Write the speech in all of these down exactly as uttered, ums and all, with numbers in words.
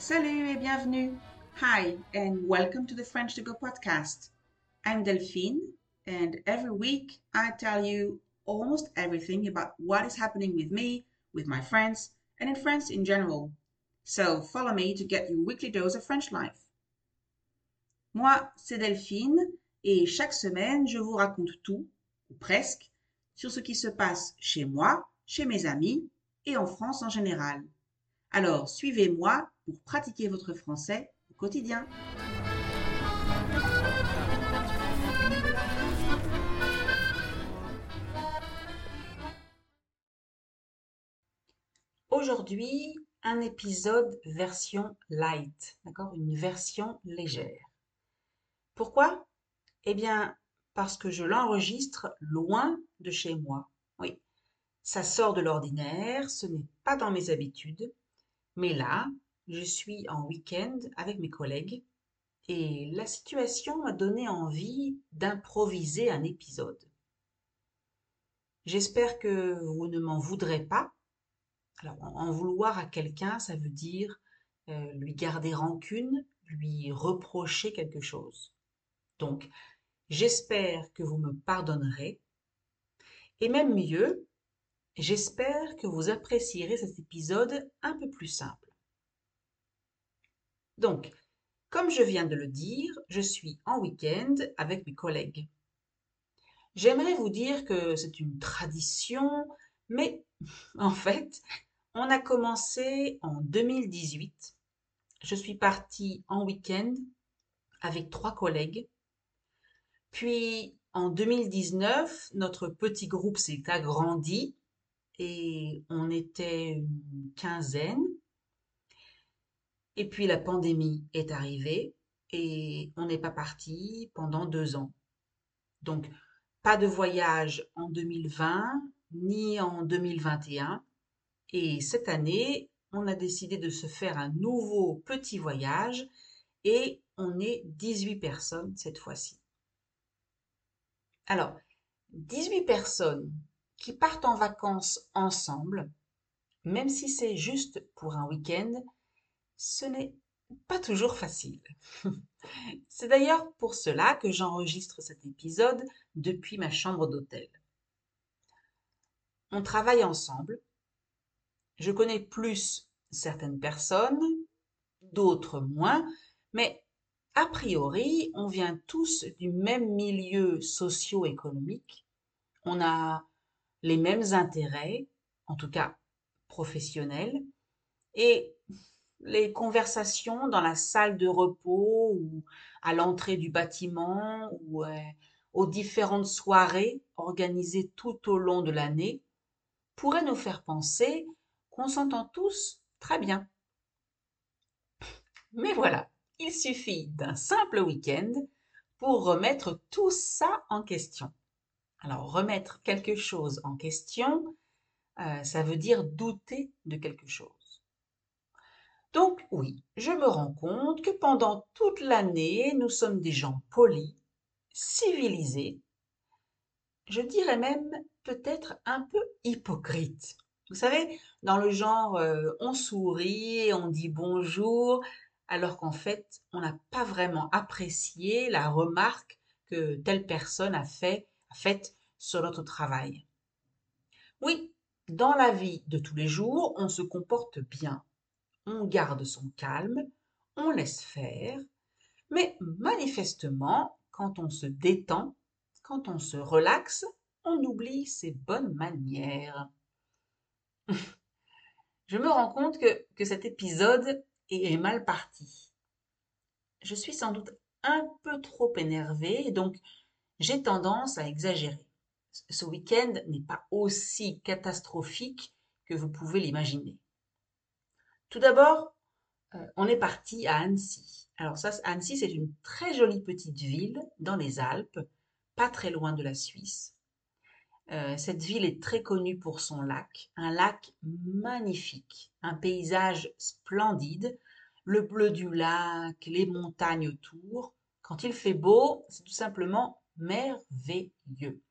Salut et bienvenue. Hi, and welcome to the French to Go podcast. I'm Delphine, and every week I tell you almost everything about what is happening with me, with my friends, and in France in general. So follow me to get your weekly dose of French life. Moi, c'est Delphine, et chaque semaine, je vous raconte tout, ou presque, sur ce qui se passe chez moi, chez mes amis, et en France en général. Alors, suivez-moi pour pratiquer votre français au quotidien. Aujourd'hui, un épisode version light, d'accord? Une version légère. Pourquoi? Eh bien, parce que je l'enregistre loin de chez moi. Oui, ça sort de l'ordinaire, ce n'est pas dans mes habitudes, mais là, je suis en week-end avec mes collègues et la situation m'a donné envie d'improviser un épisode. J'espère que vous ne m'en voudrez pas. Alors, en en vouloir à quelqu'un, ça veut dire euh, lui garder rancune, lui reprocher quelque chose. Donc, j'espère que vous me pardonnerez. Et même mieux, j'espère que vous apprécierez cet épisode un peu plus simple. Donc, comme je viens de le dire, je suis en week-end avec mes collègues. J'aimerais vous dire que c'est une tradition, mais en fait, on a commencé en deux mille dix-huit. Je suis partie en week-end avec trois collègues. Puis en deux mille dix-neuf, notre petit groupe s'est agrandi et on était une quinzaine. Et puis la pandémie est arrivée et on n'est pas parti pendant deux ans. Donc, pas de voyage en deux mille vingt ni en deux mille vingt et un. Et cette année, on a décidé de se faire un nouveau petit voyage et on est dix-huit personnes cette fois-ci. Alors, dix-huit personnes qui partent en vacances ensemble, même si c'est juste pour un week-end, ce n'est pas toujours facile. C'est d'ailleurs pour cela que j'enregistre cet épisode depuis ma chambre d'hôtel. On travaille ensemble. Je connais plus certaines personnes, d'autres moins, mais a priori, on vient tous du même milieu socio-économique. On a les mêmes intérêts, en tout cas professionnels, et les conversations dans la salle de repos ou à l'entrée du bâtiment ou euh, aux différentes soirées organisées tout au long de l'année pourraient nous faire penser qu'on s'entend tous très bien. Mais voilà, il suffit d'un simple week-end pour remettre tout ça en question. Alors, remettre quelque chose en question, euh, ça veut dire douter de quelque chose. Donc oui, je me rends compte que pendant toute l'année, nous sommes des gens polis, civilisés, je dirais même peut-être un peu hypocrites. Vous savez, dans le genre, euh, on sourit, on dit bonjour, alors qu'en fait, on n'a pas vraiment apprécié la remarque que telle personne a fait, a faite sur notre travail. Oui, dans la vie de tous les jours, on se comporte bien, on garde son calme, on laisse faire, mais manifestement, quand on se détend, quand on se relaxe, on oublie ses bonnes manières. Je me rends compte que, que cet épisode est, est mal parti. Je suis sans doute un peu trop énervée, donc j'ai tendance à exagérer. Ce week-end n'est pas aussi catastrophique que vous pouvez l'imaginer. Tout d'abord, euh, on est parti à Annecy. Alors ça, Annecy, c'est une très jolie petite ville dans les Alpes, pas très loin de la Suisse. Euh, cette ville est très connue pour son lac, un lac magnifique, un paysage splendide, le bleu du lac, les montagnes autour. Quand il fait beau, c'est tout simplement merveilleux.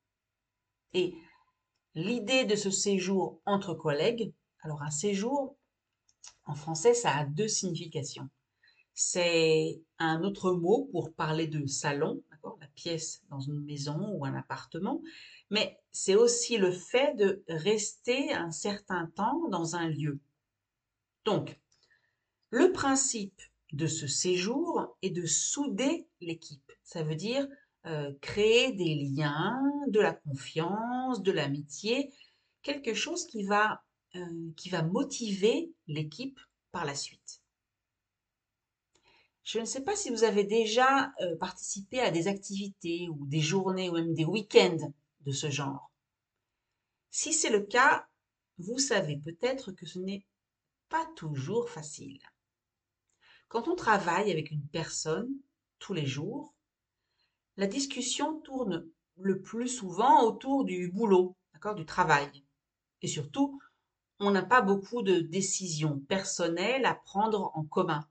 Et l'idée de ce séjour entre collègues, alors un séjour, En français, ça a deux significations. C'est un autre mot pour parler de salon, d'accord, la pièce dans une maison ou un appartement, mais c'est aussi le fait de rester un certain temps dans un lieu. Donc, le principe de ce séjour est de souder l'équipe. Ça veut dire euh, créer des liens, de la confiance, de l'amitié, quelque chose qui va, euh, qui va motiver l'équipe par la suite. Je ne sais pas si vous avez déjà euh, participé à des activités ou des journées ou même des week-ends de ce genre. Si c'est le cas, vous savez peut-être que ce n'est pas toujours facile. Quand on travaille avec une personne tous les jours, la discussion tourne le plus souvent autour du boulot, d'accord, du travail. Et surtout, on n'a pas beaucoup de décisions personnelles à prendre en commun.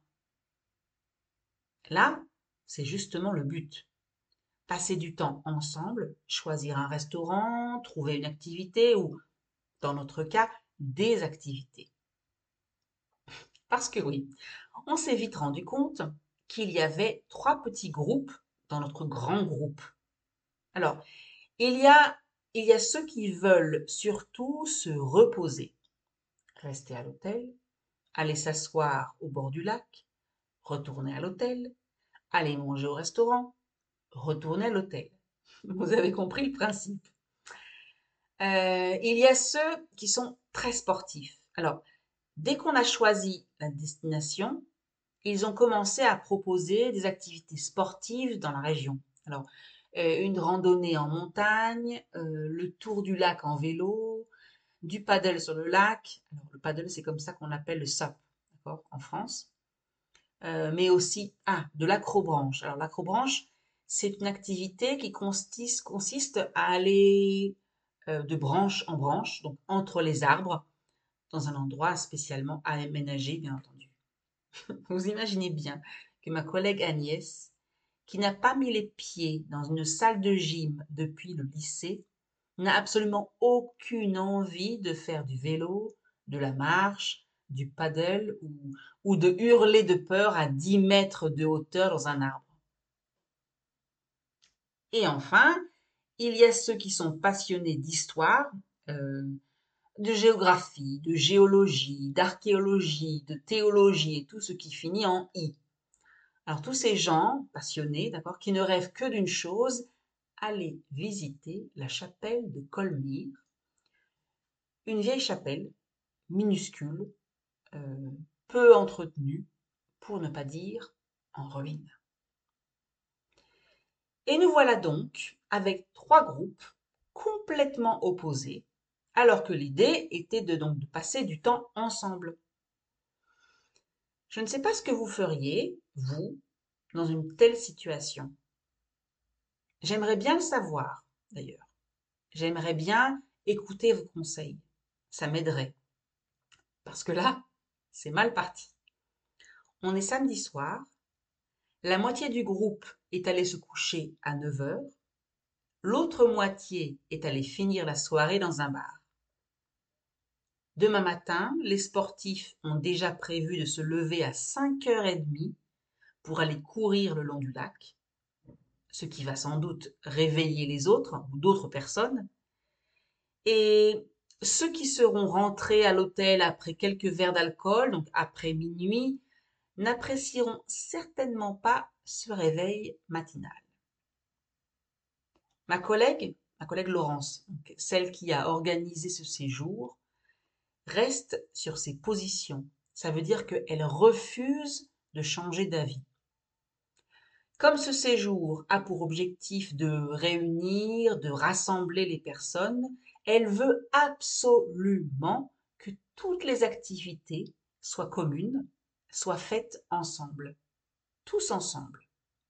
Là, c'est justement le but. Passer du temps ensemble, choisir un restaurant, trouver une activité ou, dans notre cas, des activités. Parce que oui, on s'est vite rendu compte qu'il y avait trois petits groupes dans notre grand groupe. Alors, il y a, il y a ceux qui veulent surtout se reposer, rester à l'hôtel, aller s'asseoir au bord du lac, retourner à l'hôtel, aller manger au restaurant, retourner à l'hôtel. Vous avez compris le principe. Euh, il y a ceux qui sont très sportifs. Alors, dès qu'on a choisi la destination, ils ont commencé à proposer des activités sportives dans la région. Alors, euh, une randonnée en montagne, euh, le tour du lac en vélo, du paddle sur le lac. Alors, le paddle, c'est comme ça qu'on appelle le S U P, d'accord, en France. Euh, mais aussi, ah, de l'acrobranche. Alors, l'acrobranche, c'est une activité qui consiste, consiste à aller euh, de branche en branche, donc entre les arbres, dans un endroit spécialement aménagé, bien entendu. Vous imaginez bien que ma collègue Agnès, qui n'a pas mis les pieds dans une salle de gym depuis le lycée, n'a absolument aucune envie de faire du vélo, de la marche, du paddle ou, ou de hurler de peur à dix mètres de hauteur dans un arbre. Et enfin, il y a ceux qui sont passionnés d'histoire, euh, de géographie, de géologie, d'archéologie, de théologie et tout ce qui finit en i. Alors tous ces gens passionnés, d'accord, qui ne rêvent que d'une chose, aller visiter la chapelle de Colmire, une vieille chapelle minuscule, euh, peu entretenue, pour ne pas dire en ruine. Et nous voilà donc avec trois groupes complètement opposés, alors que l'idée était de donc de passer du temps ensemble. Je ne sais pas ce que vous feriez, vous, dans une telle situation. J'aimerais bien le savoir, d'ailleurs. J'aimerais bien écouter vos conseils. Ça m'aiderait. Parce que là, c'est mal parti. On est samedi soir. La moitié du groupe est allé se coucher à neuf heures. L'autre moitié est allée finir la soirée dans un bar. Demain matin, les sportifs ont déjà prévu de se lever à cinq heures trente pour aller courir le long du lac, ce qui va sans doute réveiller les autres ou d'autres personnes. Et ceux qui seront rentrés à l'hôtel après quelques verres d'alcool, donc après minuit, n'apprécieront certainement pas ce réveil matinal. Ma collègue, ma collègue Laurence, donc celle qui a organisé ce séjour, reste sur ses positions. Ça veut dire qu'elle refuse de changer d'avis. Comme ce séjour a pour objectif de réunir, de rassembler les personnes, elle veut absolument que toutes les activités soient communes, soient faites ensemble, tous ensemble.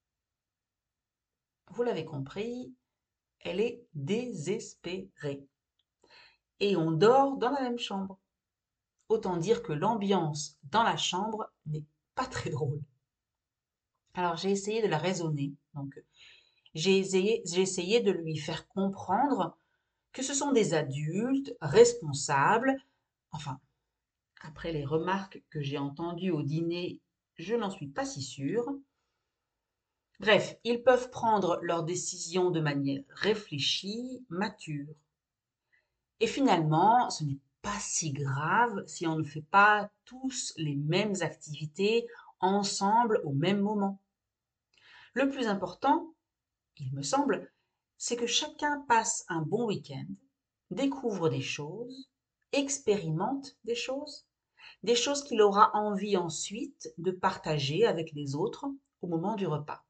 Vous l'avez compris, elle est désespérée. Et on dort dans la même chambre. Autant dire que l'ambiance dans la chambre n'est pas très drôle. Alors j'ai essayé de la raisonner. Donc j'ai essayé, j'ai essayé de lui faire comprendre que ce sont des adultes responsables. Enfin, après les remarques que j'ai entendues au dîner, je n'en suis pas si sûre. Bref, ils peuvent prendre leurs décisions de manière réfléchie, mature. Et finalement, ce n'est pas si grave si on ne fait pas tous les mêmes activités ensemble au même moment. Le plus important, il me semble, c'est que chacun passe un bon week-end, découvre des choses, expérimente des choses, des choses qu'il aura envie ensuite de partager avec les autres au moment du repas.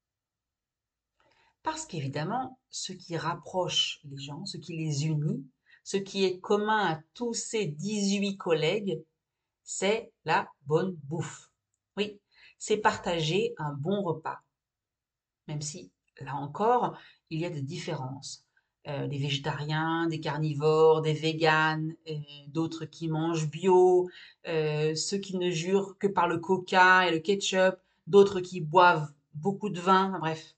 Parce qu'évidemment, ce qui rapproche les gens, ce qui les unit, ce qui est commun à tous ces dix-huit collègues, c'est la bonne bouffe. Oui, c'est partager un bon repas. Même si, là encore, il y a des différences. Euh, des végétariens, des carnivores, des véganes, euh, d'autres qui mangent bio, euh, ceux qui ne jurent que par le coca et le ketchup, d'autres qui boivent beaucoup de vin, bref.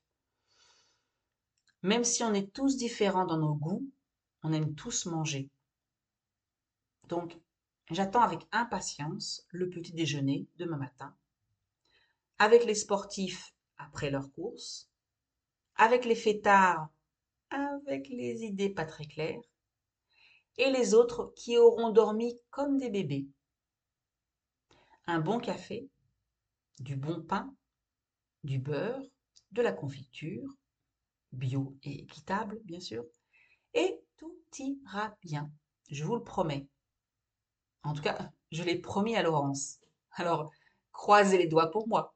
Même si on est tous différents dans nos goûts, on aime tous manger. Donc, j'attends avec impatience le petit déjeuner demain matin, avec les sportifs après leur course, avec les fêtards avec les idées pas très claires, et les autres qui auront dormi comme des bébés. Un bon café, du bon pain, du beurre, de la confiture, bio et équitable bien sûr, et tout ira bien, je vous le promets. En tout cas, je l'ai promis à Laurence. Alors, croisez les doigts pour moi.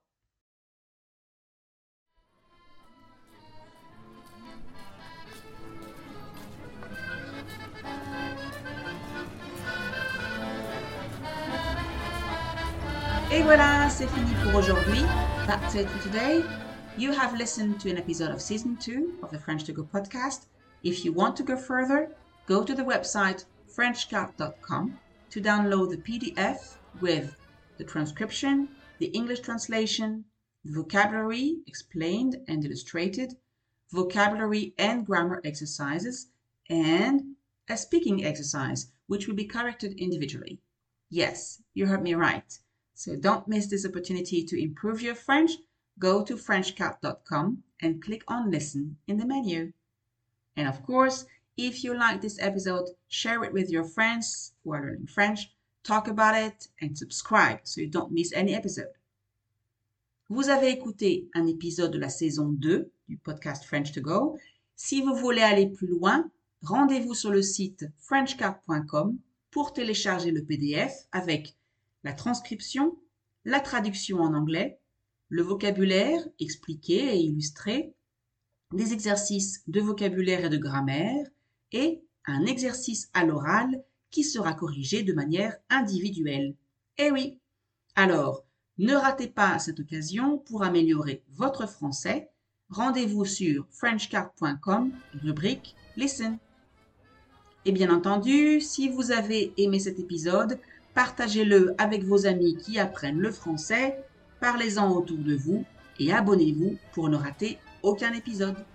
Et voilà, c'est fini pour aujourd'hui. That's it for today. You have listened to an episode of season two of the French to Go podcast. If you want to go further, go to the website french cat dot com to download the P D F with the transcription, the English translation, vocabulary explained and illustrated, vocabulary and grammar exercises, and a speaking exercise, which will be corrected individually. Yes, you heard me right. So don't miss this opportunity to improve your French. Go to french cat dot com and click on Listen in the menu. And of course, if you like this episode, share it with your friends who are learning French, talk about it, and subscribe so you don't miss any episode. Vous avez écouté un épisode de la saison deux du podcast French to Go. Si vous voulez aller plus loin, rendez-vous sur le site french cat point com pour télécharger le P D F avec la transcription, la traduction en anglais, le vocabulaire expliqué et illustré, des exercices de vocabulaire et de grammaire et un exercice à l'oral qui sera corrigé de manière individuelle. Eh oui! Alors, ne ratez pas cette occasion pour améliorer votre français. Rendez-vous sur french cat point com, rubrique Listen. Et bien entendu, si vous avez aimé cet épisode, partagez-le avec vos amis qui apprennent le français, parlez-en autour de vous et abonnez-vous pour ne rater aucun épisode.